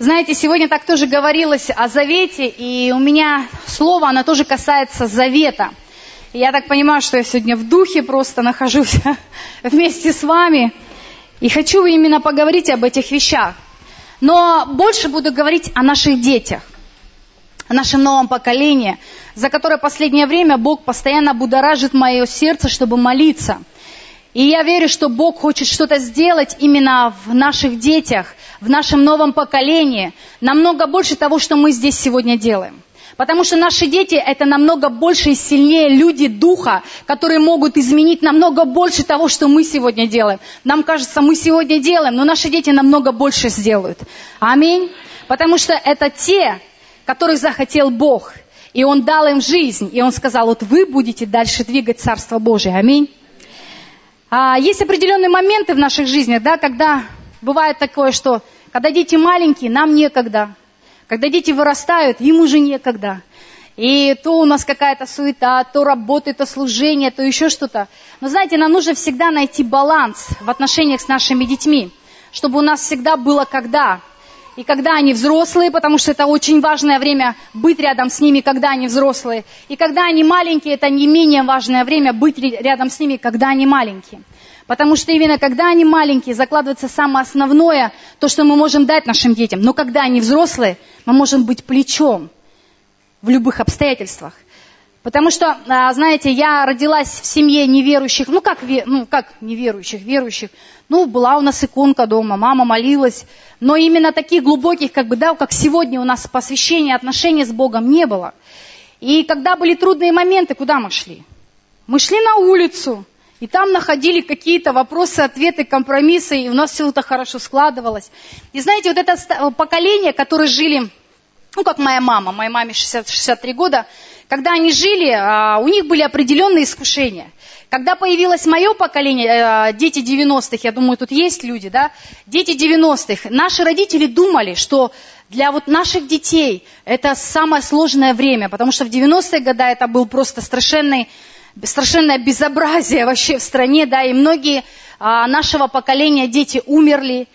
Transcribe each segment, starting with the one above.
Знаете, сегодня так тоже говорилось о завете, и у меня слово, оно тоже касается завета. И я так понимаю, что я сегодня в духе просто нахожусь вместе с вами, и хочу именно поговорить об этих вещах. Но больше буду говорить о наших детях, о нашем новом поколении, за которое последнее время Бог постоянно будоражит мое сердце, чтобы молиться. И я верю, что Бог хочет что-то сделать именно в наших детях, в нашем новом поколении, намного больше того, что мы здесь сегодня делаем. Потому что наши дети – это намного больше и сильнее люди духа, которые могут изменить намного больше того, что мы сегодня делаем. Нам кажется, мы сегодня делаем, но наши дети намного больше сделают. Аминь. Потому что это те, которых захотел Бог. И Он дал им жизнь. И Он сказал, вот вы будете дальше двигать Царство Божие. Аминь. Есть определенные моменты в наших жизнях, да, когда бывает такое, что когда дети маленькие, нам некогда. Когда дети вырастают, им уже некогда. И то у нас какая-то суета, то работа, то служение, то еще что-то. Но знаете, нам нужно всегда найти баланс в отношениях с нашими детьми, чтобы у нас всегда было когда. И когда они взрослые, потому что это очень важное время быть рядом с ними, когда они взрослые. И когда они маленькие, это не менее важное время быть рядом с ними, когда они маленькие. Потому что именно когда они маленькие, закладывается самое основное, то, что мы можем дать нашим детям. Но когда они взрослые, мы можем быть плечом в любых обстоятельствах. Потому что, знаете, я родилась в семье неверующих, как неверующих, верующих. Была у нас иконка дома, мама молилась. Но именно таких глубоких, как сегодня у нас посвящения, отношения с Богом не было. И когда были трудные моменты, куда мы шли? Мы шли на улицу. И там находили какие-то вопросы, ответы, компромиссы, и у нас все это хорошо складывалось. И знаете, вот это поколение, которые жили, как моей маме 63 года, когда они жили, у них были определенные искушения. Когда появилось мое поколение, дети 90-х, я думаю, тут есть люди, да, дети 90-х, наши родители думали, что для вот наших детей это самое сложное время, потому что в 90-е годы это был просто страшенное безобразие вообще в стране, да, и многие нашего поколения дети умерли,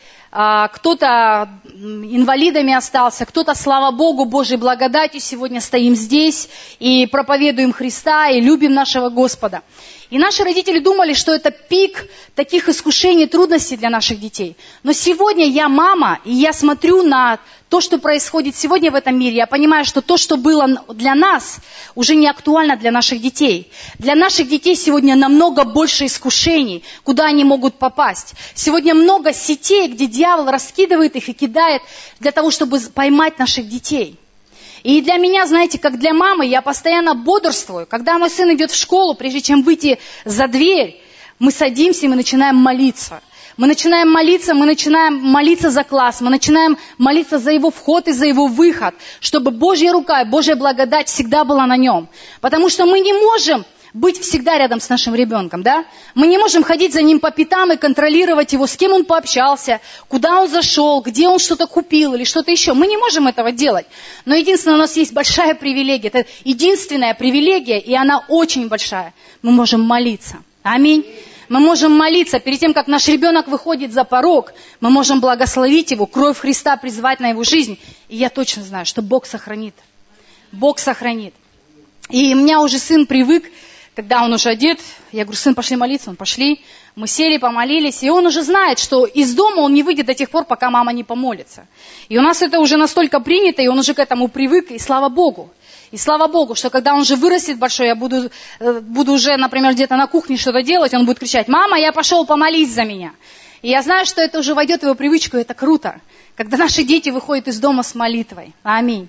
кто-то инвалидами остался, кто-то, слава Богу, Божьей благодатью, сегодня стоим здесь и проповедуем Христа, и любим нашего Господа. И наши родители думали, что это пик таких искушений, трудностей для наших детей. Но сегодня я мама, и я смотрю на то, что происходит сегодня в этом мире. Я понимаю, что то, что было для нас, уже не актуально для наших детей. Для наших детей сегодня намного больше искушений, куда они могут попасть. Сегодня много сетей, где дьявол раскидывает их и кидает для того, чтобы поймать наших детей. И для меня, знаете, как для мамы, я постоянно бодрствую. Когда мой сын идет в школу, прежде чем выйти за дверь, мы садимся и мы начинаем молиться. Мы начинаем молиться за класс, мы начинаем молиться за его вход и за его выход, чтобы Божья рука и Божья благодать всегда была на нем. Потому что мы не можем быть всегда рядом с нашим ребенком, да? Мы не можем ходить за ним по пятам и контролировать его, с кем он пообщался, куда он зашел, где он что-то купил или что-то еще. Мы не можем этого делать. Но единственное, у нас есть большая привилегия. Это единственная привилегия, и она очень большая. Мы можем молиться. Аминь. Мы можем молиться перед тем, как наш ребенок выходит за порог. Мы можем благословить его, кровь Христа призвать на его жизнь. И я точно знаю, что Бог сохранит. Бог сохранит. И у меня уже сын привык, когда он уже одет, я говорю, сын, пошли молиться, он пошли, мы сели, помолились, и он уже знает, что из дома он не выйдет до тех пор, пока мама не помолится. И у нас это уже настолько принято, и он уже к этому привык, и слава Богу. И слава Богу, что когда он уже вырастет большой, я буду уже, например, где-то на кухне что-то делать, он будет кричать, мама, я пошел, помолись за меня. И я знаю, что это уже войдет в его привычку, и это круто, когда наши дети выходят из дома с молитвой. Аминь.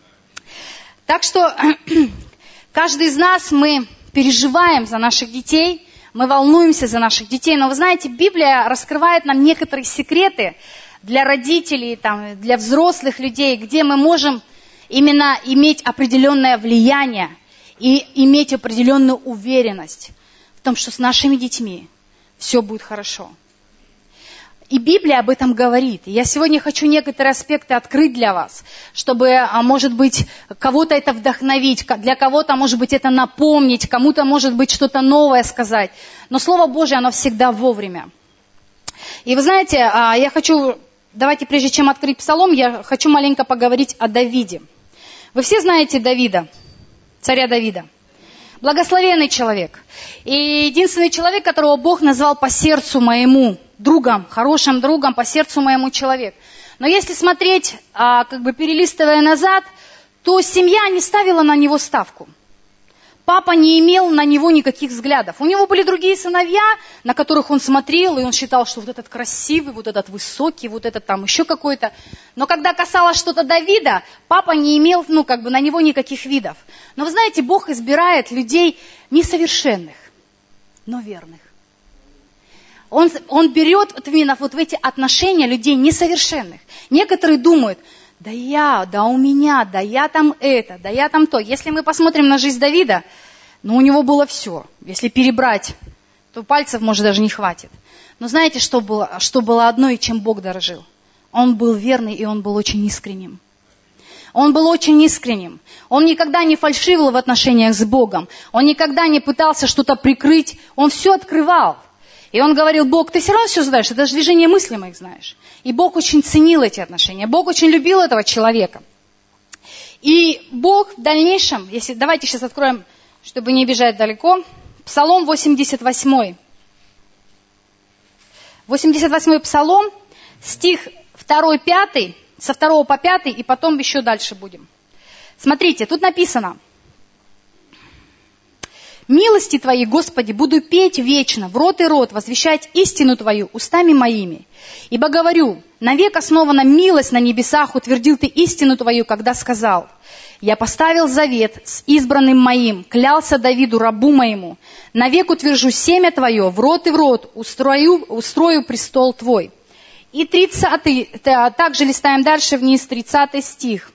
Так что каждый из нас, мы переживаем за наших детей, мы волнуемся за наших детей. Но вы знаете, Библия раскрывает нам некоторые секреты для родителей, для взрослых людей, где мы можем именно иметь определенное влияние и иметь определенную уверенность в том, что с нашими детьми все будет хорошо. И Библия об этом говорит. И я сегодня хочу некоторые аспекты открыть для вас, чтобы, может быть, кого-то это вдохновить, для кого-то, может быть, это напомнить, кому-то, может быть, что-то новое сказать. Но Слово Божье, оно всегда вовремя. И вы знаете, я хочу давайте, прежде чем открыть Псалом, я хочу маленько поговорить о Давиде. Вы все знаете Давида, царя Давида. Благословенный человек. И единственный человек, которого Бог назвал по сердцу моему, другом, хорошим другом, по сердцу моему человек. Но если смотреть, перелистывая назад, то семья не ставила на него ставку. Папа не имел на него никаких взглядов. У него были другие сыновья, на которых он смотрел, и он считал, что вот этот красивый, вот этот высокий, вот этот там еще какой-то. Но когда касалось что-то Давида, папа не имел, на него никаких видов. Но вы знаете, Бог избирает людей несовершенных, но верных. Он берет именно в эти отношения людей несовершенных. Некоторые думают, да у меня, да я там это, да я там то. Если мы посмотрим на жизнь Давида, у него было все. Если перебрать, то пальцев, может, даже не хватит. Но знаете, что было одно и чем Бог дорожил? Он был верный, и он был очень искренним. Он был очень искренним. Он никогда не фальшивил в отношениях с Богом. Он никогда не пытался что-то прикрыть. Он все открывал. И он говорил, Бог, ты все равно все знаешь, ты даже движение мыслей моих знаешь. И Бог очень ценил эти отношения, Бог очень любил этого человека. И Бог в дальнейшем, давайте сейчас откроем, чтобы не бежать далеко, Псалом 88. 88 Псалом, стих 2-5, со 2 по 5, и потом еще дальше будем. Смотрите, тут написано. «Милости Твои, Господи, буду петь вечно, в рот и рот, возвещать истину Твою устами моими. Ибо говорю, навек основана милость на небесах, утвердил Ты истину Твою, когда сказал, я поставил завет с избранным моим, клялся Давиду, рабу моему, навек утвержу семя Твое, в рот и в рот, устрою престол Твой». И 30, также листаем дальше вниз, 30 стих.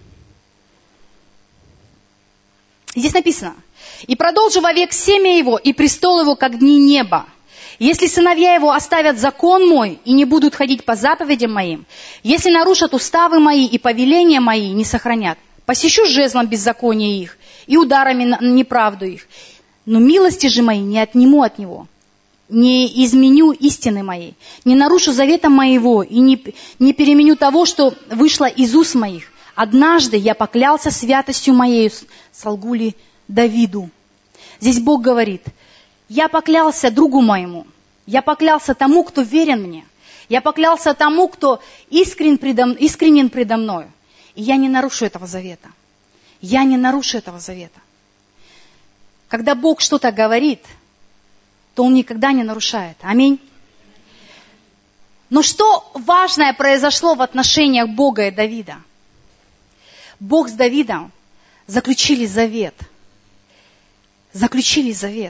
Здесь написано, «И продолжу вовек семя его, и престол его, как дни неба. Если сыновья его оставят закон мой, и не будут ходить по заповедям моим, если нарушат уставы мои и повеления мои, не сохранят, посещу жезлом беззакония их, и ударами на неправду их. Но милости же мои не отниму от него, не изменю истины моей, не нарушу завета моего, и не переменю того, что вышло из уст моих. Однажды я поклялся святостью моею, солгу ли Давиду». Здесь Бог говорит, я поклялся другу моему, я поклялся тому, кто верен мне, я поклялся тому, кто искренен предо мною, и я не нарушу этого завета. Я не нарушу этого завета. Когда Бог что-то говорит, то Он никогда не нарушает. Аминь. Но что важное произошло в отношениях Бога и Давида? Бог с Давидом заключили завет. Заключили завет.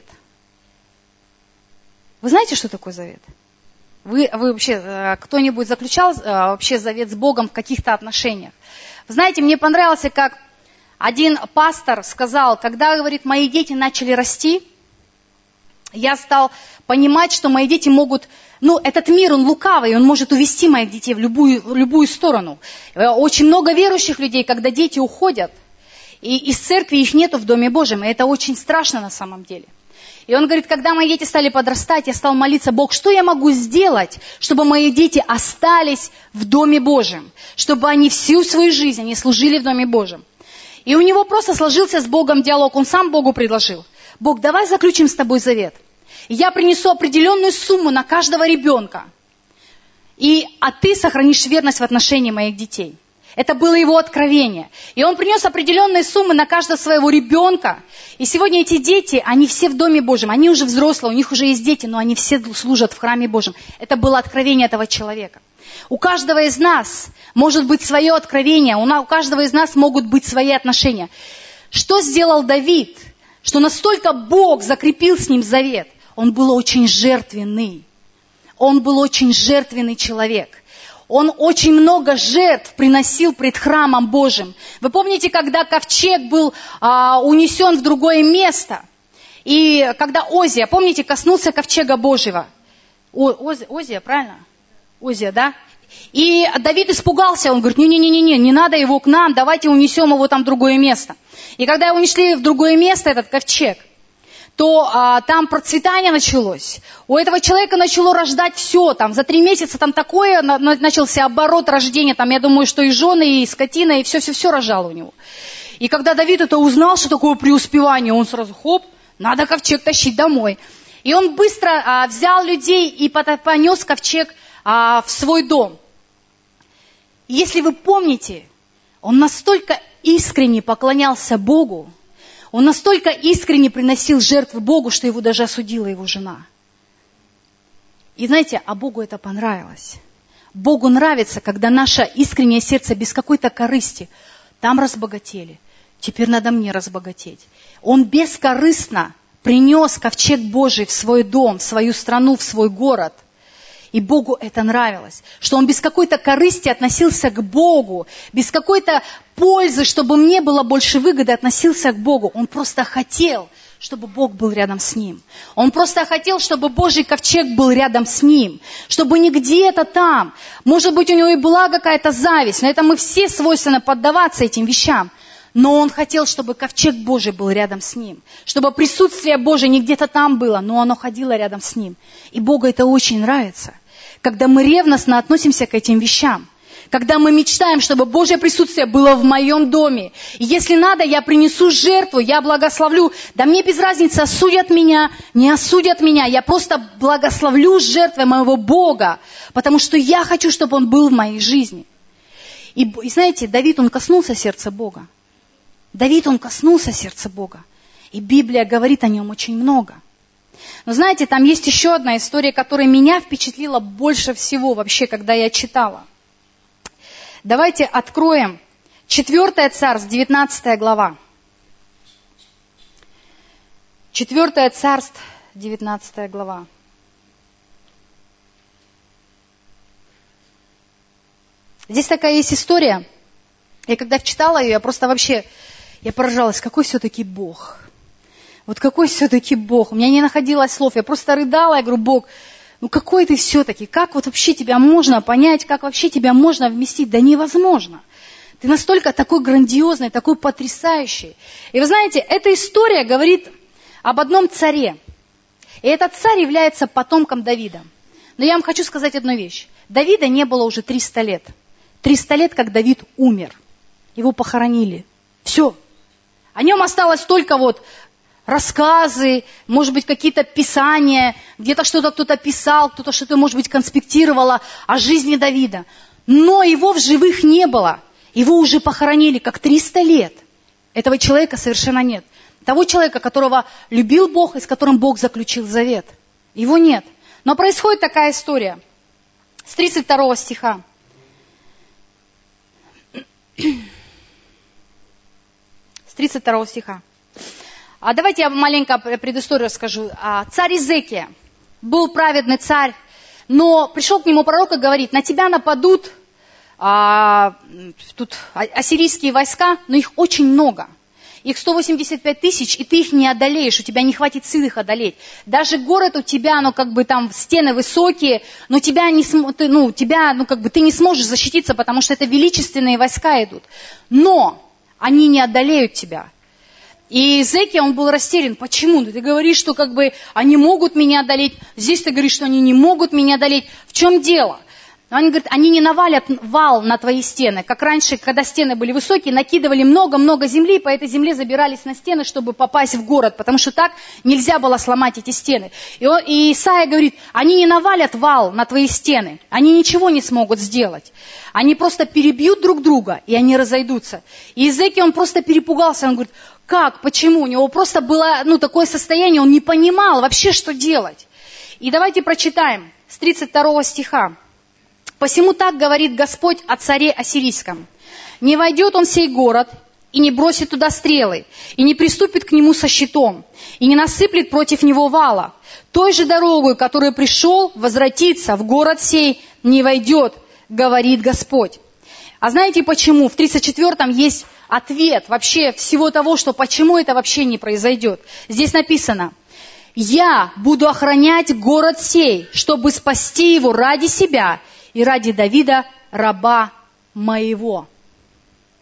Вы знаете, что такое завет? Вы вообще, кто-нибудь заключал вообще завет с Богом в каких-то отношениях? Вы знаете, мне понравилось, как один пастор сказал, когда, говорит, мои дети начали расти, я стал понимать, что мои дети могут, этот мир, он лукавый, он может увести моих детей в любую сторону. Очень много верующих людей, когда дети уходят, и из церкви их нету в Доме Божьем, и это очень страшно на самом деле. И он говорит, когда мои дети стали подрастать, я стал молиться, Бог, что я могу сделать, чтобы мои дети остались в Доме Божьем, чтобы они всю свою жизнь, они служили в Доме Божьем. И у него просто сложился с Богом диалог, он сам Богу предложил, Бог, давай заключим с тобой завет. Я принесу определенную сумму на каждого ребенка, а ты сохранишь верность в отношении моих детей. Это было его откровение. И он принес определенные суммы на каждого своего ребенка. И сегодня эти дети, они все в Доме Божьем. Они уже взрослые, у них уже есть дети, но они все служат в храме Божьем. Это было откровение этого человека. У каждого из нас может быть свое откровение, у каждого из нас могут быть свои отношения. Что сделал Давид? Что настолько Бог закрепил с ним завет. Он был очень жертвенный. Он был очень жертвенный человек. Он очень много жертв приносил пред храмом Божьим. Вы помните, когда ковчег был унесен в другое место? И когда Озия, помните, коснулся ковчега Божьего? Озия, правильно? Озия, да? И Давид испугался, он говорит, не надо его к нам, давайте унесем его там в другое место. И когда унесли в другое место этот ковчег, то там процветание началось. У этого человека начало рождать все. Там, за 3 месяца там такое, начался оборот рождения. Там, я думаю, что и жены, и скотина, и все все рожало у него. И когда Давид это узнал, что такое преуспевание, он сразу, хоп, надо ковчег тащить домой. И он быстро взял людей и понес ковчег в свой дом. И если вы помните, он настолько искренне поклонялся Богу, он настолько искренне приносил жертвы Богу, что его даже осудила его жена. И знаете, а Богу это понравилось. Богу нравится, когда наше искреннее сердце без какой-то корысти. Там разбогатели, теперь надо мне разбогатеть. Он бескорыстно принес ковчег Божий в свой дом, в свою страну, в свой город. И Богу это нравилось, что он без какой-то корысти относился к Богу, без какой-то пользы, чтобы мне было больше выгоды, относился к Богу. Он просто хотел, чтобы Бог был рядом с ним. Он просто хотел, чтобы Божий ковчег был рядом с ним, чтобы не где-то там. Может быть, у него и была какая-то зависть, но это мы все свойственно поддаваться этим вещам. Но он хотел, чтобы ковчег Божий был рядом с ним, чтобы присутствие Божие не где-то там было, но оно ходило рядом с ним. И Богу это очень нравится, когда мы ревностно относимся к этим вещам, когда мы мечтаем, чтобы Божье присутствие было в моем доме. И если надо, я принесу жертву, я благословлю. Да мне без разницы, осудят меня, не осудят меня. Я просто благословлю жертвой моего Бога, потому что я хочу, чтобы Он был в моей жизни. И знаете, Давид, он коснулся сердца Бога. Давид, он коснулся сердца Бога. И Библия говорит о нем очень много. Но знаете, там есть еще одна история, которая меня впечатлила больше всего вообще, когда я читала. Давайте откроем 4 Царств, 19 глава. 4 Царств, 19 глава. Здесь такая есть история. Я когда читала ее, я просто вообще, я поражалась, какой все-таки Бог. Вот какой все-таки Бог. У меня не находилось слов. Я просто рыдала, я говорю, Бог, ну какой ты все-таки? Как вот вообще тебя можно понять? Как вообще тебя можно вместить? Да невозможно. Ты настолько такой грандиозный, такой потрясающий. И вы знаете, эта история говорит об одном царе. И этот царь является потомком Давида. Но я вам хочу сказать одну вещь. Давида не было уже 300 лет. 300 лет, как Давид умер. Его похоронили. Все. О нем осталось только вот рассказы, может быть, какие-то писания, где-то что-то кто-то писал, кто-то что-то, может быть, конспектировало о жизни Давида. Но его в живых не было. Его уже похоронили, как 300 лет. Этого человека совершенно нет. Того человека, которого любил Бог и с которым Бог заключил завет. Его нет. Но происходит такая история. С 32 стиха. С 32 стиха. Давайте я маленько предысторию расскажу. Царь Изекия был праведный царь, но пришел к нему пророк и говорит, на тебя нападут тут ассирийские войска, но их очень много. Их 185 тысяч, и ты их не одолеешь, у тебя не хватит сил их одолеть. Даже город у тебя, ну как бы там стены высокие, но ты не сможешь защититься, потому что это величественные войска идут. Но они не одолеют тебя. И Изекия, он был растерян. Почему? Ты говоришь, что как бы они могут меня одолеть. Здесь ты говоришь, что они не могут меня одолеть. В чем дело? Они говорят, они не навалят вал на твои стены. Как раньше, когда стены были высокие, накидывали много-много земли, по этой земле забирались на стены, чтобы попасть в город. Потому что так нельзя было сломать эти стены. И Исаия говорит, они не навалят вал на твои стены. Они ничего не смогут сделать. Они просто перебьют друг друга, и они разойдутся. И Изекия, он просто перепугался. Он говорит, как, почему? У него просто было такое состояние, он не понимал вообще, что делать. И давайте прочитаем с 32 стиха. «Посему так говорит Господь о царе ассирийском. Не войдет он в сей город, и не бросит туда стрелы, и не приступит к нему со щитом, и не насыплет против него вала. Той же дорогой, которую пришел, возвратиться в город сей не войдет, говорит Господь». А знаете почему? В 34-м есть ответ вообще всего того, что почему это вообще не произойдет. Здесь написано, «Я буду охранять город сей, чтобы спасти его ради себя и ради Давида, раба моего».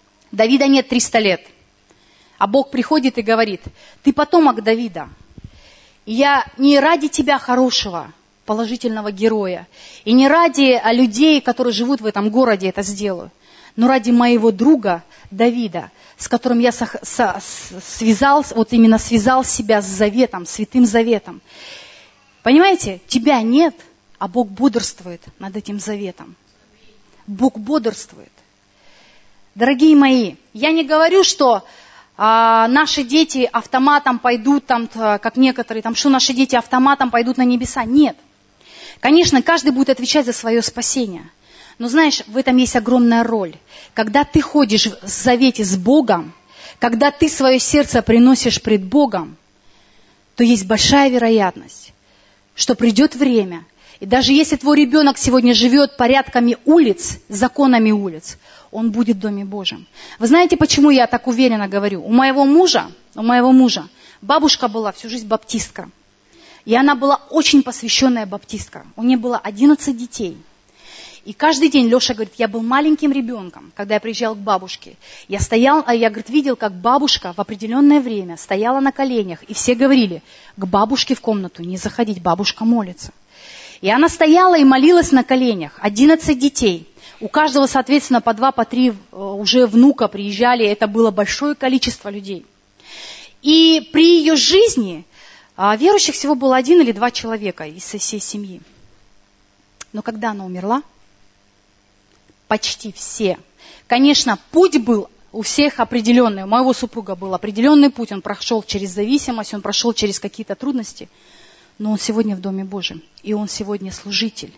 Давида нет 300 лет. А Бог приходит и говорит, ты потомок Давида. И я не ради тебя хорошего, положительного героя, и не ради людей, которые живут в этом городе, это сделаю, но ради моего друга Давида, с которым я связал себя с заветом, святым заветом. Понимаете, тебя нет, а Бог бодрствует над этим заветом. Бог бодрствует. Дорогие мои, я не говорю, что наши дети автоматом пойдут, как некоторые, что наши дети автоматом пойдут на небеса. Нет. Конечно, каждый будет отвечать за свое спасение. Но знаешь, в этом есть огромная роль. Когда ты ходишь в завете с Богом, когда ты свое сердце приносишь пред Богом, то есть большая вероятность, что придет время, и даже если твой ребенок сегодня живет порядками улиц, законами улиц, он будет в Доме Божьем. Вы знаете, почему я так уверенно говорю? У моего мужа бабушка была всю жизнь баптистка. И она была очень посвященная баптистка. У нее было 11 детей. И каждый день Леша говорит, я был маленьким ребенком, когда я приезжал к бабушке. Я видел, как бабушка в определенное время стояла на коленях, и все говорили, к бабушке в комнату не заходить, бабушка молится. И она стояла и молилась на коленях, 11 детей. У каждого, соответственно, по 2, по 3 уже внука приезжали, это было большое количество людей. И при ее жизни верующих всего было 1 или 2 человека из всей семьи. Но когда она умерла, почти все. Конечно, путь был у всех определенный. У моего супруга был определенный путь. Он прошел через зависимость, он прошел через какие-то трудности. Но он сегодня в Доме Божьем. И он сегодня служитель.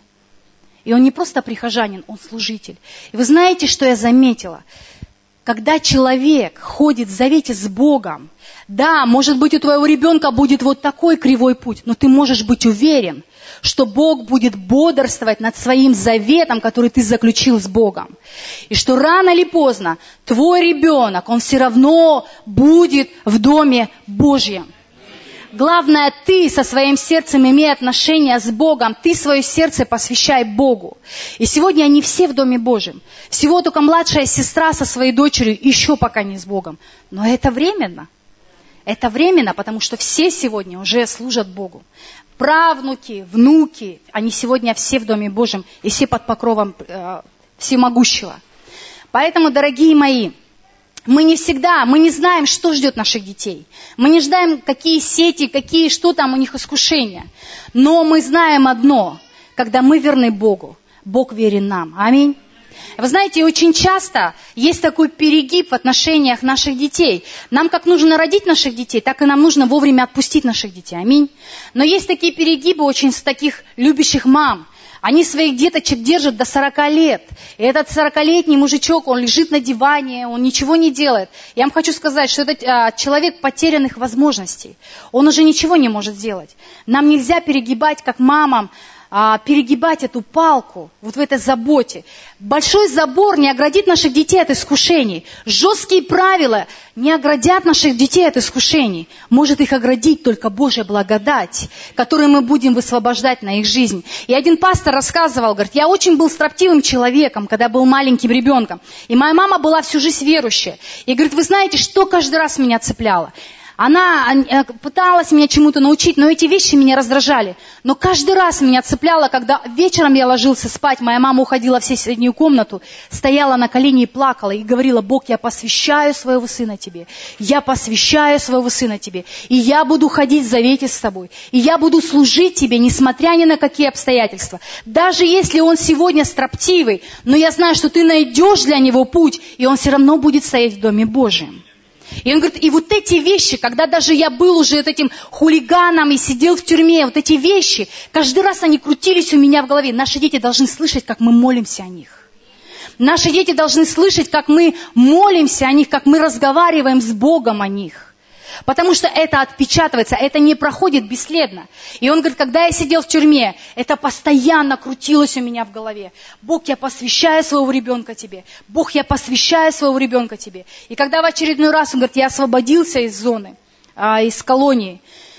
И он не просто прихожанин, он служитель. И вы знаете, что я заметила? Когда человек ходит в завете с Богом, да, может быть, у твоего ребенка будет вот такой кривой путь, но ты можешь быть уверен, что Бог будет бодрствовать над своим заветом, который ты заключил с Богом. И что рано или поздно твой ребенок, он все равно будет в Доме Божьем. Главное, ты со своим сердцем имей отношения с Богом, ты свое сердце посвящай Богу. И сегодня они все в Доме Божьем. Всего только младшая сестра со своей дочерью еще пока не с Богом. Но это временно. Это временно, потому что все сегодня уже служат Богу. Правнуки, внуки, они сегодня все в Доме Божьем и все под покровом всемогущего. Поэтому, дорогие мои, мы не знаем, что ждет наших детей. Мы не знаем, какие сети, что там у них искушения. Но мы знаем одно, когда мы верны Богу, Бог верен нам. Аминь. Вы знаете, очень часто есть такой перегиб в отношениях наших детей. Нам как нужно родить наших детей, так и нам нужно вовремя отпустить наших детей. Аминь. Но есть такие перегибы очень с таких любящих мам. Они своих деточек держат до 40 лет. И этот 40-летний мужичок, он лежит на диване, он ничего не делает. Я вам хочу сказать, что это человек потерянных возможностей. Он уже ничего не может сделать. Нам нельзя перегибать, как мамам, перегибать эту палку вот в этой заботе. Большой забор не оградит наших детей от искушений. Жесткие правила не оградят наших детей от искушений. Может их оградить только Божья благодать, которую мы будем высвобождать на их жизнь. И один пастор рассказывал, говорит, я очень был строптивым человеком, когда был маленьким ребенком. И моя мама была всю жизнь верующая. И говорит, вы знаете, что каждый раз меня цепляло? Она пыталась меня чему-то научить, но эти вещи меня раздражали. Но каждый раз меня цепляло, когда вечером я ложился спать, моя мама уходила в соседнюю комнату, стояла на колени и плакала, и говорила, Бог, я посвящаю своего сына тебе, я посвящаю своего сына тебе, и я буду ходить в завете с тобой, и я буду служить тебе, несмотря ни на какие обстоятельства. Даже если он сегодня строптивый, но я знаю, что ты найдешь для него путь, и он все равно будет стоять в Доме Божьем. И он говорит, и вот эти вещи, когда даже я был уже этим хулиганом и сидел в тюрьме, вот эти вещи, каждый раз они крутились у меня в голове. Наши дети должны слышать, как мы молимся о них. Наши дети должны слышать, как мы молимся о них, как мы разговариваем с Богом о них. Потому что это отпечатывается, это не проходит бесследно. И он говорит, когда я сидел в тюрьме, это постоянно крутилось у меня в голове. Бог, я посвящаю своего ребенка тебе. Бог, я посвящаю своего ребенка тебе. И когда в очередной раз, он говорит, я освободился из зоны, из колонии.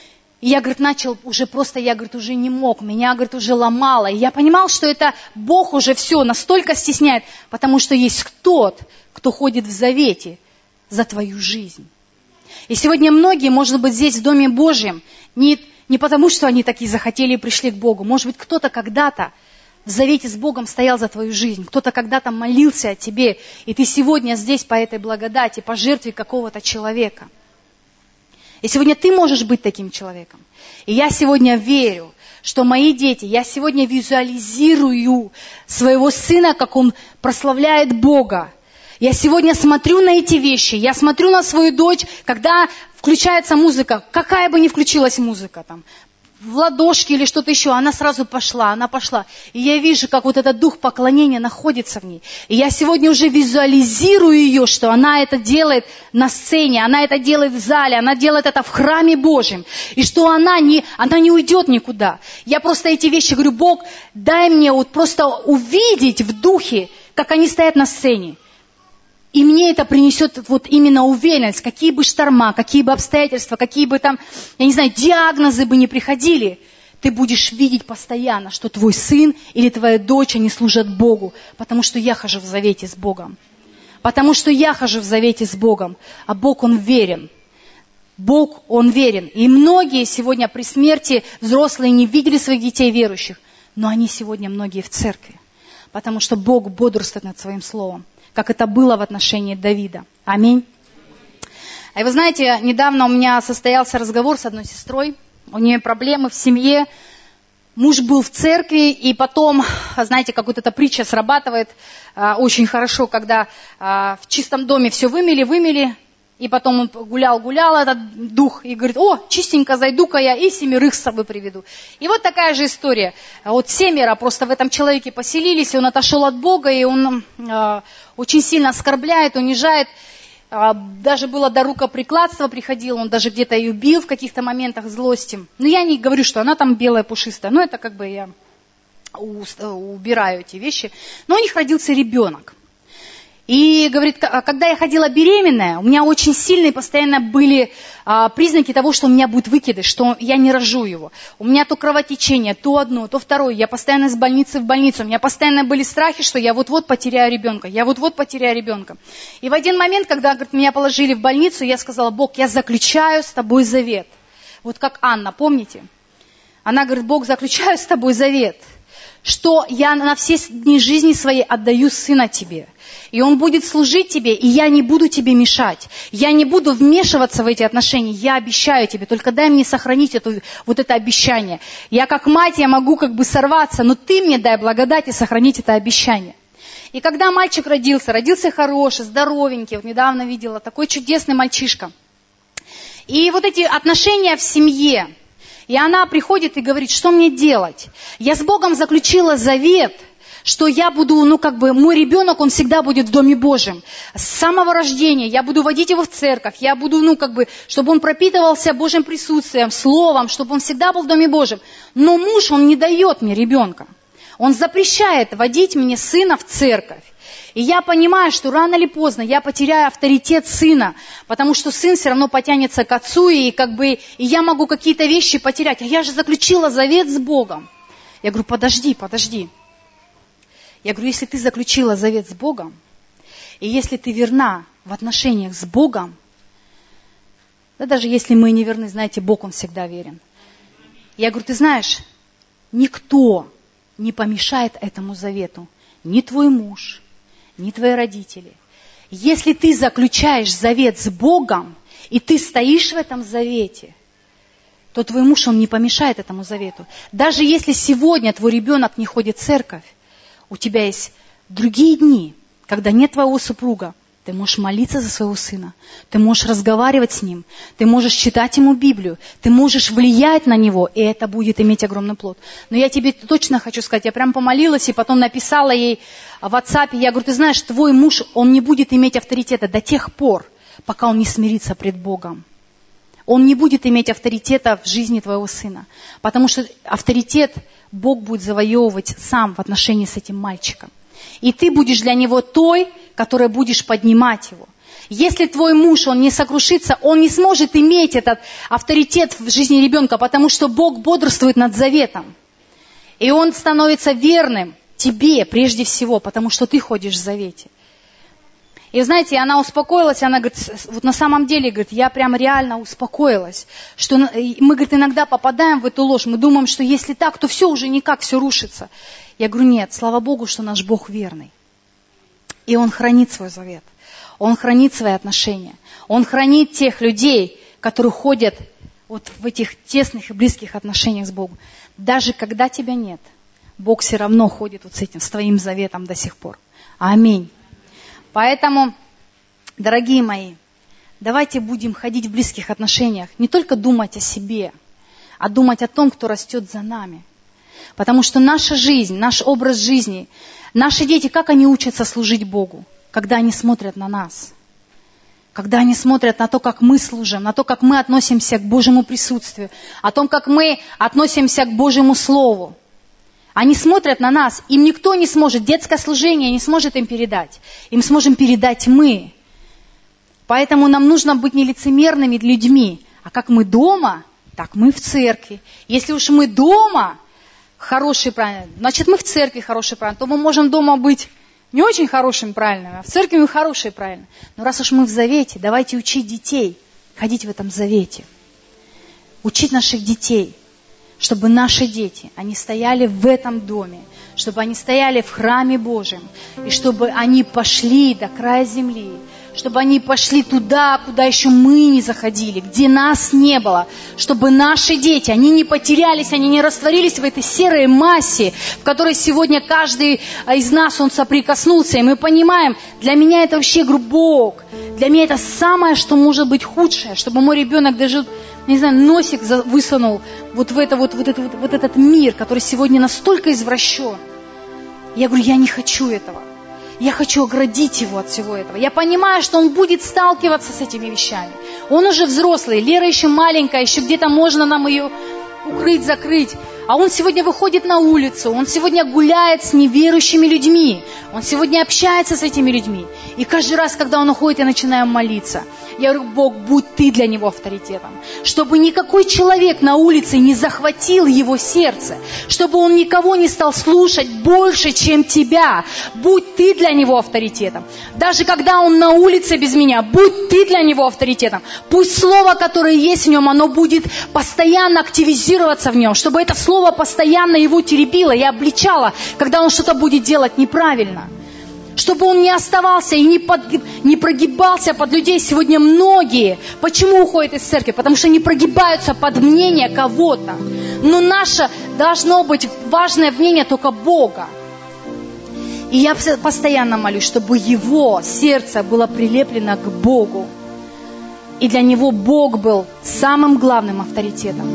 И я, говорит, начал уже просто, я, говорит, уже не мог, меня, говорит, уже ломало. И я понимал, что это Бог уже все настолько стесняет, потому что есть тот, кто ходит в завете за твою жизнь. И сегодня многие, может быть, здесь в Доме Божьем не Не потому, что они такие захотели и пришли к Богу. Может быть, кто-то когда-то в завете с Богом стоял за твою жизнь. Кто-то когда-то молился о тебе. И ты сегодня здесь по этой благодати, по жертве какого-то человека. И сегодня ты можешь быть таким человеком. И я сегодня верю, что мои дети, я сегодня визуализирую своего сына, как он прославляет Бога. Я сегодня смотрю на эти вещи, я смотрю на свою дочь, когда включается музыка, какая бы ни включилась музыка, там, в ладошки или что-то еще, она сразу пошла, она пошла. И я вижу, как вот этот дух поклонения находится в ней. И я сегодня уже визуализирую ее, что она это делает на сцене, она это делает в зале, она делает это в храме Божьем. И что она не уйдет никуда. Я просто эти вещи говорю: Бог, дай мне вот просто увидеть в духе, как они стоят на сцене. И мне это принесет вот именно уверенность, какие бы шторма, какие бы обстоятельства, какие бы там, я не знаю, диагнозы бы ни приходили, ты будешь видеть постоянно, что твой сын или твоя дочь, они служат Богу, потому что я хожу в завете с Богом. Потому что я хожу в завете с Богом, а Бог, Он верен. Бог, Он верен. И многие сегодня при смерти взрослые не видели своих детей верующих, но они сегодня многие в церкви, потому что Бог бодрствует над Своим Словом, как это было в отношении Давида. Аминь. И вы знаете, недавно у меня состоялся разговор с одной сестрой. У нее проблемы в семье. Муж был в церкви, и потом, знаете, как вот эта притча срабатывает очень хорошо, когда в чистом доме все вымели, и потом он гулял этот дух, и говорит: о, чистенько, зайду-ка я и 7 с собой приведу. И вот такая же история. Вот 7 просто в этом человеке поселились, и он отошел от Бога, и он очень сильно оскорбляет, унижает. Даже было до рукоприкладства приходило, он даже где-то ее бил в каких-то моментах злости. Но я не говорю, что она там белая, пушистая, но это как бы я убираю эти вещи. Но у них родился ребенок. И говорит, когда я ходила беременная, у меня очень сильные постоянно были признаки того, что у меня будет выкидыш, что я не рожу его. У меня то кровотечение, то одно, то второе. Я постоянно из больницы в больницу. У меня постоянно были страхи, что я вот-вот потеряю ребенка. И в один момент, когда, говорит, меня положили в больницу, я сказала: Бог, я заключаю с тобой завет. Вот как Анна, помните? Она говорит: Бог, заключаю с тобой завет, что я на все дни жизни своей отдаю сына тебе. И он будет служить тебе, и я не буду тебе мешать. Я не буду вмешиваться в эти отношения. Я обещаю тебе, только дай мне сохранить это обещание. Я как мать, я могу как бы сорваться, но ты мне дай благодать и сохранить это обещание. И когда мальчик родился хороший, здоровенький, вот недавно видела, такой чудесный мальчишка. И вот эти отношения в семье, и она приходит и говорит: что мне делать? Я с Богом заключила завет, что я буду, мой ребенок, он всегда будет в Доме Божьем. С самого рождения я буду водить его в церковь, я буду, чтобы он пропитывался Божьим присутствием, Словом, чтобы он всегда был в Доме Божьем. Но муж, он не дает мне ребенка. Он запрещает водить мне сына в церковь. И я понимаю, что рано или поздно я потеряю авторитет сына, потому что сын все равно потянется к отцу, и я могу какие-то вещи потерять. А я же заключила завет с Богом. Я говорю: подожди. Я говорю: если ты заключила завет с Богом, и если ты верна в отношениях с Богом, да даже если мы не верны, знаете, Бог, Он всегда верен. Я говорю: ты знаешь, никто не помешает этому завету. Ни твой муж, ни твои родители. Если ты заключаешь завет с Богом, и ты стоишь в этом завете, то твой муж, он не помешает этому завету. Даже если сегодня твой ребенок не ходит в церковь, у тебя есть другие дни, когда нет твоего супруга, ты можешь молиться за своего сына, ты можешь разговаривать с ним, ты можешь читать ему Библию, ты можешь влиять на него, и это будет иметь огромный плод. Но я тебе точно хочу сказать, я прям помолилась и потом написала ей в WhatsApp, я говорю: ты знаешь, твой муж, он не будет иметь авторитета до тех пор, пока он не смирится пред Богом. Он не будет иметь авторитета в жизни твоего сына, потому что авторитет Бог будет завоевывать сам в отношении с этим мальчиком. И ты будешь для него той, которая будешь поднимать его. Если твой муж, он не сокрушится, он не сможет иметь этот авторитет в жизни ребенка, потому что Бог бодрствует над заветом. И он становится верным тебе прежде всего, потому что ты ходишь в завете. И знаете, она успокоилась, она говорит, вот на самом деле, говорит, я прям реально успокоилась, что мы, говорит, иногда попадаем в эту ложь, мы думаем, что если так, то все уже никак, все рушится. Я говорю, нет, слава Богу, что наш Бог верный. И Он хранит свой завет, Он хранит свои отношения, Он хранит тех людей, которые ходят вот в этих тесных и близких отношениях с Богом. Даже когда тебя нет, Бог все равно ходит вот с этим, с твоим заветом до сих пор. Аминь. Поэтому, дорогие мои, давайте будем ходить в близких отношениях, не только думать о себе, а думать о том, кто растет за нами. Потому что наша жизнь, наш образ жизни, наши дети, как они учатся служить Богу, когда они смотрят на нас? Когда они смотрят на то, как мы служим, на то, как мы относимся к Божьему присутствию, о том, как мы относимся к Божьему Слову. Они смотрят на нас, им никто не сможет, детское служение не сможет им передать. Им сможем передать мы. Поэтому нам нужно быть не лицемерными людьми, а как мы дома, так мы в церкви. Если уж мы дома хорошие, правильные, значит мы в церкви хорошие, правильные, то мы можем дома быть не очень хорошими, правильными, а в церкви мы хорошие, правильно. Но раз уж мы в завете, давайте учить детей ходить в этом завете. Учить наших детей, чтобы наши дети, они стояли в этом доме, чтобы они стояли в храме Божьем, и чтобы они пошли до края земли, чтобы они пошли туда, куда еще мы не заходили, где нас не было, чтобы наши дети, они не потерялись, они не растворились в этой серой массе, в которой сегодня каждый из нас, он соприкоснулся, и мы понимаем, для меня это вообще, говорю, Бог, для меня это самое, что может быть худшее, чтобы мой ребенок даже, не знаю, носик высунул вот в этот мир, который сегодня настолько извращен. Я говорю, я не хочу этого. Я хочу оградить его от всего этого. Я понимаю, что он будет сталкиваться с этими вещами. Он уже взрослый, Лера еще маленькая, еще где-то можно нам ее укрыть, закрыть. А он сегодня выходит на улицу, он сегодня гуляет с неверующими людьми, он сегодня общается с этими людьми. И каждый раз, когда он уходит, я начинаю молиться. Я говорю, Бог, будь ты для него авторитетом. Чтобы никакой человек на улице не захватил его сердце. Чтобы он никого не стал слушать больше, чем тебя. Будь ты для него авторитетом. Даже когда он на улице без меня, будь ты для него авторитетом. Пусть слово, которое есть в нем, оно будет постоянно активизироваться в нем. Чтобы это слово постоянно его теребило и обличало, когда он что-то будет делать неправильно. Чтобы он не оставался и не прогибался под людей. Сегодня многие, почему уходят из церкви? Потому что они прогибаются под мнение кого-то. Но наше должно быть важное мнение только Бога. И я постоянно молюсь, чтобы его сердце было прилеплено к Богу. И для него Бог был самым главным авторитетом.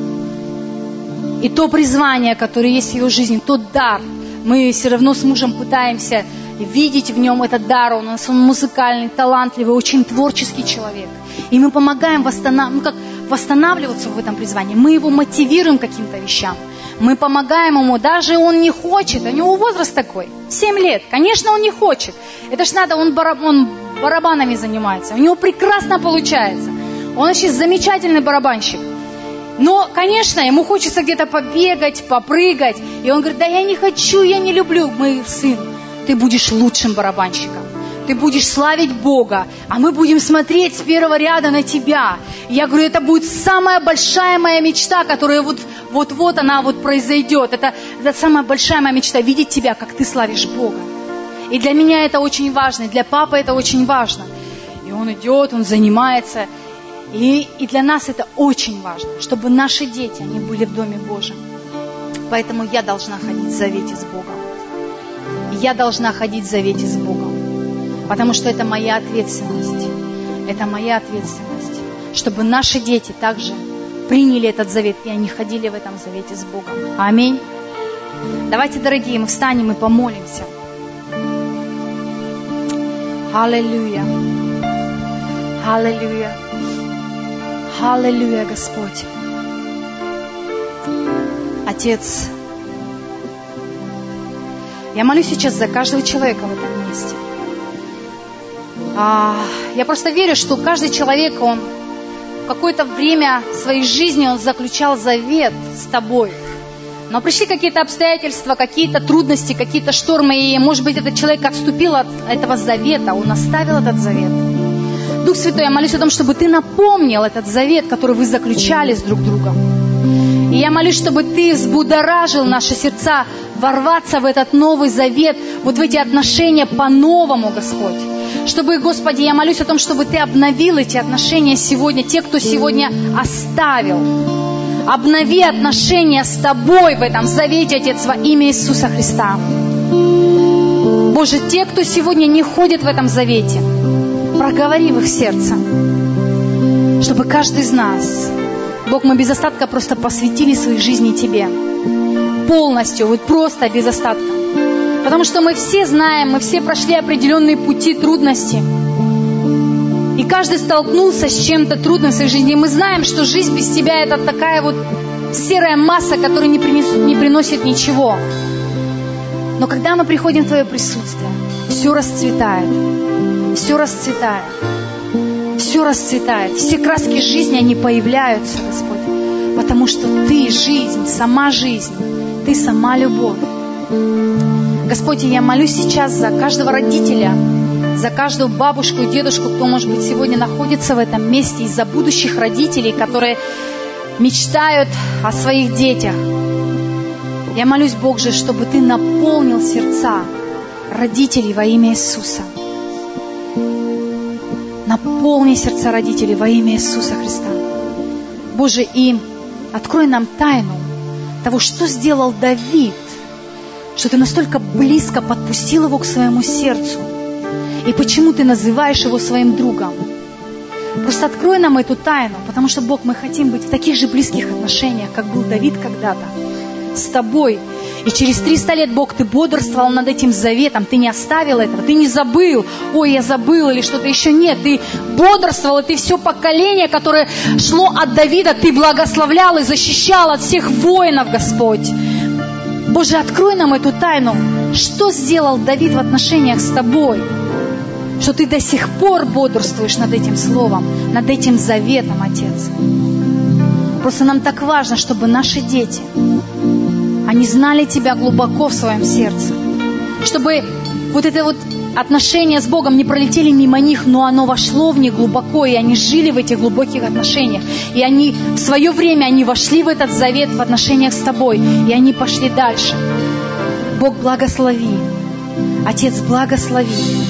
И то призвание, которое есть в его жизни, тот дар, мы все равно с мужем пытаемся видеть в нем этот дар. Он музыкальный, талантливый, очень творческий человек. И мы помогаем восстанавливаться в этом призвании. Мы его мотивируем к каким-то вещам. Мы помогаем ему, даже он не хочет. У него возраст такой, 7 лет. Конечно, он не хочет. Это ж надо, он барабанами занимается. У него прекрасно получается. Он вообще замечательный барабанщик. Но, конечно, ему хочется где-то побегать, попрыгать. И он говорит, да я не хочу, я не люблю. Мой сын, ты будешь лучшим барабанщиком. Ты будешь славить Бога, а мы будем смотреть с первого ряда на тебя. И я говорю, это будет самая большая моя мечта, которая вот она произойдет. Это самая большая моя мечта, видеть тебя, как ты славишь Бога. И для меня это очень важно, и для папы это очень важно. И он идет, он занимается. И для нас это очень важно, чтобы наши дети, они были в Доме Божьем. Поэтому я должна ходить в завете с Богом. Я должна ходить в завете с Богом. Потому что это моя ответственность. Это моя ответственность. Чтобы наши дети также приняли этот завет, и они ходили в этом завете с Богом. Аминь. Давайте, дорогие, мы встанем и помолимся. Аллилуйя. Аллилуйя. Аллилуйя, Господь. Отец, я молюсь сейчас за каждого человека в этом месте. Я просто верю, что каждый человек, он в какое-то время своей жизни он заключал завет с Тобой. Но пришли какие-то обстоятельства, какие-то трудности, какие-то штормы, и, может быть, этот человек отступил от этого завета, он оставил этот завет. Дух Святой, я молюсь о том, чтобы Ты напомнил этот завет, который вы заключали с друг другом. И я молюсь, чтобы Ты взбудоражил наши сердца, ворваться в этот новый завет, вот в эти отношения по-новому, Господь. Чтобы, Господи, я молюсь о том, чтобы Ты обновил эти отношения сегодня, те, кто сегодня оставил. Обнови отношения с Тобой в этом завете, Отец, во имя Иисуса Христа. Боже, те, кто сегодня не ходит в этом завете, проговори в их сердце, чтобы каждый из нас, Бог, мы без остатка просто посвятили свои жизни Тебе. Полностью, вот просто без остатка. Потому что мы все знаем, мы все прошли определенные пути трудностей. И каждый столкнулся с чем-то трудным в своей жизни. И мы знаем, что жизнь без Тебя — это такая вот серая масса, которая не приносит ничего. Но когда мы приходим в Твое присутствие, все расцветает. Все расцветает. Все расцветает. Все краски жизни, они появляются, Господь. Потому что Ты жизнь, сама жизнь. Ты сама любовь. Господь, я молюсь сейчас за каждого родителя, за каждую бабушку и дедушку, кто, может быть, сегодня находится в этом месте, и за будущих родителей, которые мечтают о своих детях. Я молюсь, Бог же, чтобы Ты наполнил сердца родителей во имя Иисуса. Наполни сердца родителей во имя Иисуса Христа. Боже, и открой нам тайну того, что сделал Давид, что Ты настолько близко подпустил его к своему сердцу. И почему Ты называешь его своим другом? Просто открой нам эту тайну, потому что, Бог, мы хотим быть в таких же близких отношениях, как был Давид когда-то, с Тобой. И через 300 лет, Бог, Ты бодрствовал над этим заветом, Ты не оставил этого, Ты не забыл, ой, я забыл или что-то еще. Нет, Ты бодрствовал, и Ты все поколение, которое шло от Давида, Ты благословлял и защищал от всех воинов, Господь. Боже, открой нам эту тайну, что сделал Давид в отношениях с Тобой, что Ты до сих пор бодрствуешь над этим словом, над этим заветом, Отец. Просто нам так важно, чтобы наши дети, они знали Тебя глубоко в своем сердце, чтобы вот это вот отношения с Богом не пролетели мимо них, но оно вошло в них глубоко, и они жили в этих глубоких отношениях. И они в свое время, они вошли в этот завет в отношениях с Тобой, и они пошли дальше. Бог, благослови. Отец, благослови.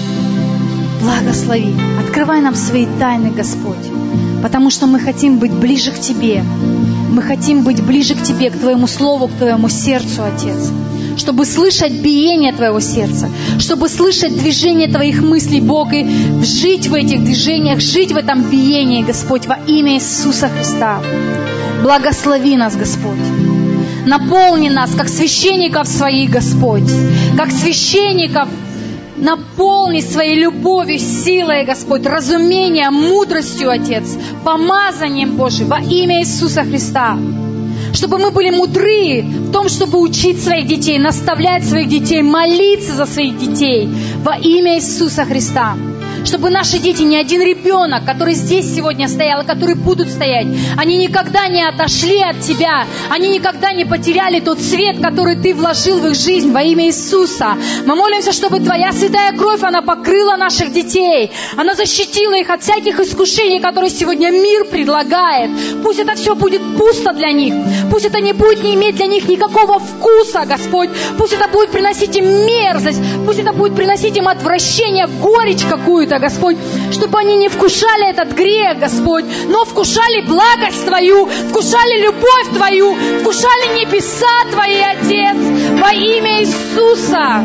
Благослови. Открывай нам свои тайны, Господь, потому что мы хотим быть ближе к Тебе. Мы хотим быть ближе к Тебе, к Твоему Слову, к Твоему сердцу, Отец. Чтобы слышать биение Твоего сердца, чтобы слышать движение Твоих мыслей, Бог, и жить в этих движениях, жить в этом биении, Господь, во имя Иисуса Христа. Благослови нас, Господь. Наполни нас, как священников своих, Господь, как священников. Наполни своей любовью, силой, Господь, разумением, мудростью, Отец, помазанием, Божьим, во имя Иисуса Христа. Чтобы мы были мудры в том, чтобы учить своих детей, наставлять своих детей, молиться за своих детей во имя Иисуса Христа. Чтобы наши дети, ни один ребенок, который здесь сегодня стоял, и которые будут стоять, они никогда не отошли от Тебя, они никогда не потеряли тот свет, который Ты вложил в их жизнь во имя Иисуса. Мы молимся, чтобы Твоя святая кровь, она покрыла наших детей, она защитила их от всяких искушений, которые сегодня мир предлагает. Пусть это все будет пусто для них, пусть это не будет не иметь для них никакого вкуса, Господь, пусть это будет приносить им мерзость, пусть это будет приносить им отвращение, горечь какую-то, Господь, чтобы они не вкушали этот грех, Господь, но вкушали благость Твою, вкушали любовь Твою, вкушали небеса Твои, Отец, во имя Иисуса.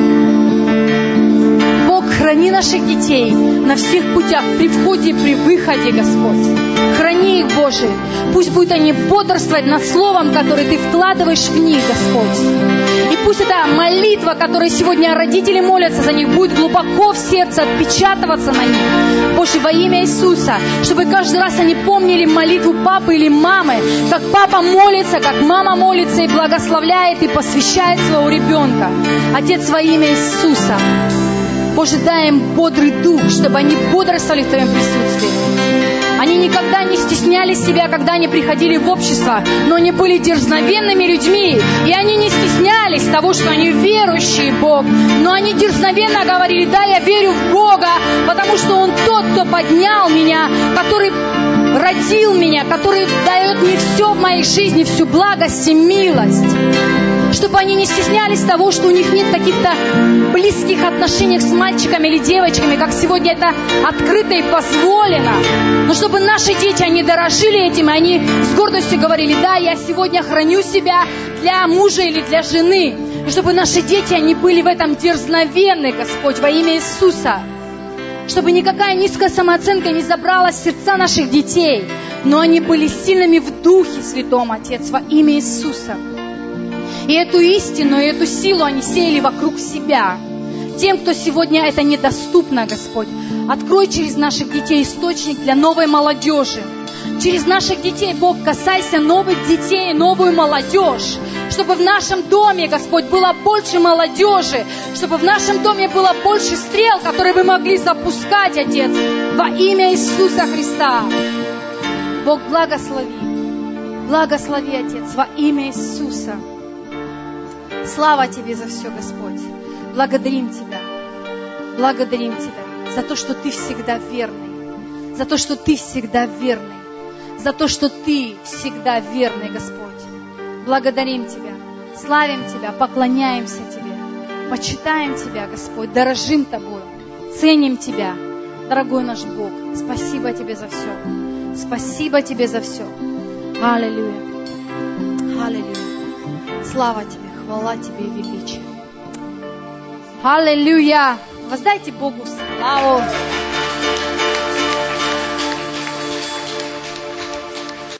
Бог, храни наших детей на всех путях, при входе и при выходе, Господь. Храни их, Боже. Пусть будут они бодрствовать над словом, которое Ты вкладываешь в них, Господь. И пусть эта молитва, которой сегодня родители молятся за них, будет глубоко в сердце отпечатываться на них. Боже, во имя Иисуса, чтобы каждый раз они помнили молитву папы или мамы, как папа молится, как мама молится и благословляет и посвящает своего ребенка. Отец, во имя Иисуса. Боже, дай им бодрый дух, чтобы они бодрствовали в Твоем присутствии. Они никогда не стесняли себя, когда они приходили в общество, но они были дерзновенными людьми, и они не стеснялись того, что они верующие в Бог, но они дерзновенно говорили: да, я верю в Бога, потому что Он тот, кто поднял меня, который родил меня, который дает мне все в моей жизни, всю благость и милость. Чтобы они не стеснялись того, что у них нет каких-то близких отношений с мальчиками или девочками, как сегодня это открыто и позволено. Но чтобы наши дети, они дорожили этим, и они с гордостью говорили: да, я сегодня храню себя для мужа или для жены. И чтобы наши дети, они были в этом дерзновенны, Господь, во имя Иисуса. Чтобы никакая низкая самооценка не забрала сердца наших детей, но они были сильными в Духе Святом, Отец, во имя Иисуса. И эту истину, и эту силу они сеяли вокруг себя. Тем, кто сегодня это недоступно, Господь, открой через наших детей источник для новой молодежи. Через наших детей, Бог, касайся новых детей, новую молодежь. Чтобы в нашем доме, Господь, было больше молодежи. Чтобы в нашем доме было больше стрел, которые вы могли запускать, Отец, во имя Иисуса Христа. Бог, благослови. Благослови, Отец, во имя Иисуса. Слава Тебе за все, Господь. Благодарим Тебя. Благодарим Тебя за то, что Ты всегда верный. За то, что Ты всегда верный. За то, что Ты всегда верный, Господь. Благодарим Тебя. Славим Тебя. Поклоняемся Тебе. Почитаем Тебя, Господь. Дорожим Тобой. Ценим Тебя. Дорогой наш Бог. Спасибо Тебе за все. Спасибо Тебе за все. Аллилуйя. Аллилуйя. Слава Тебе. Хвала Тебе и величие. Аллилуйя! Воздайте Богу славу.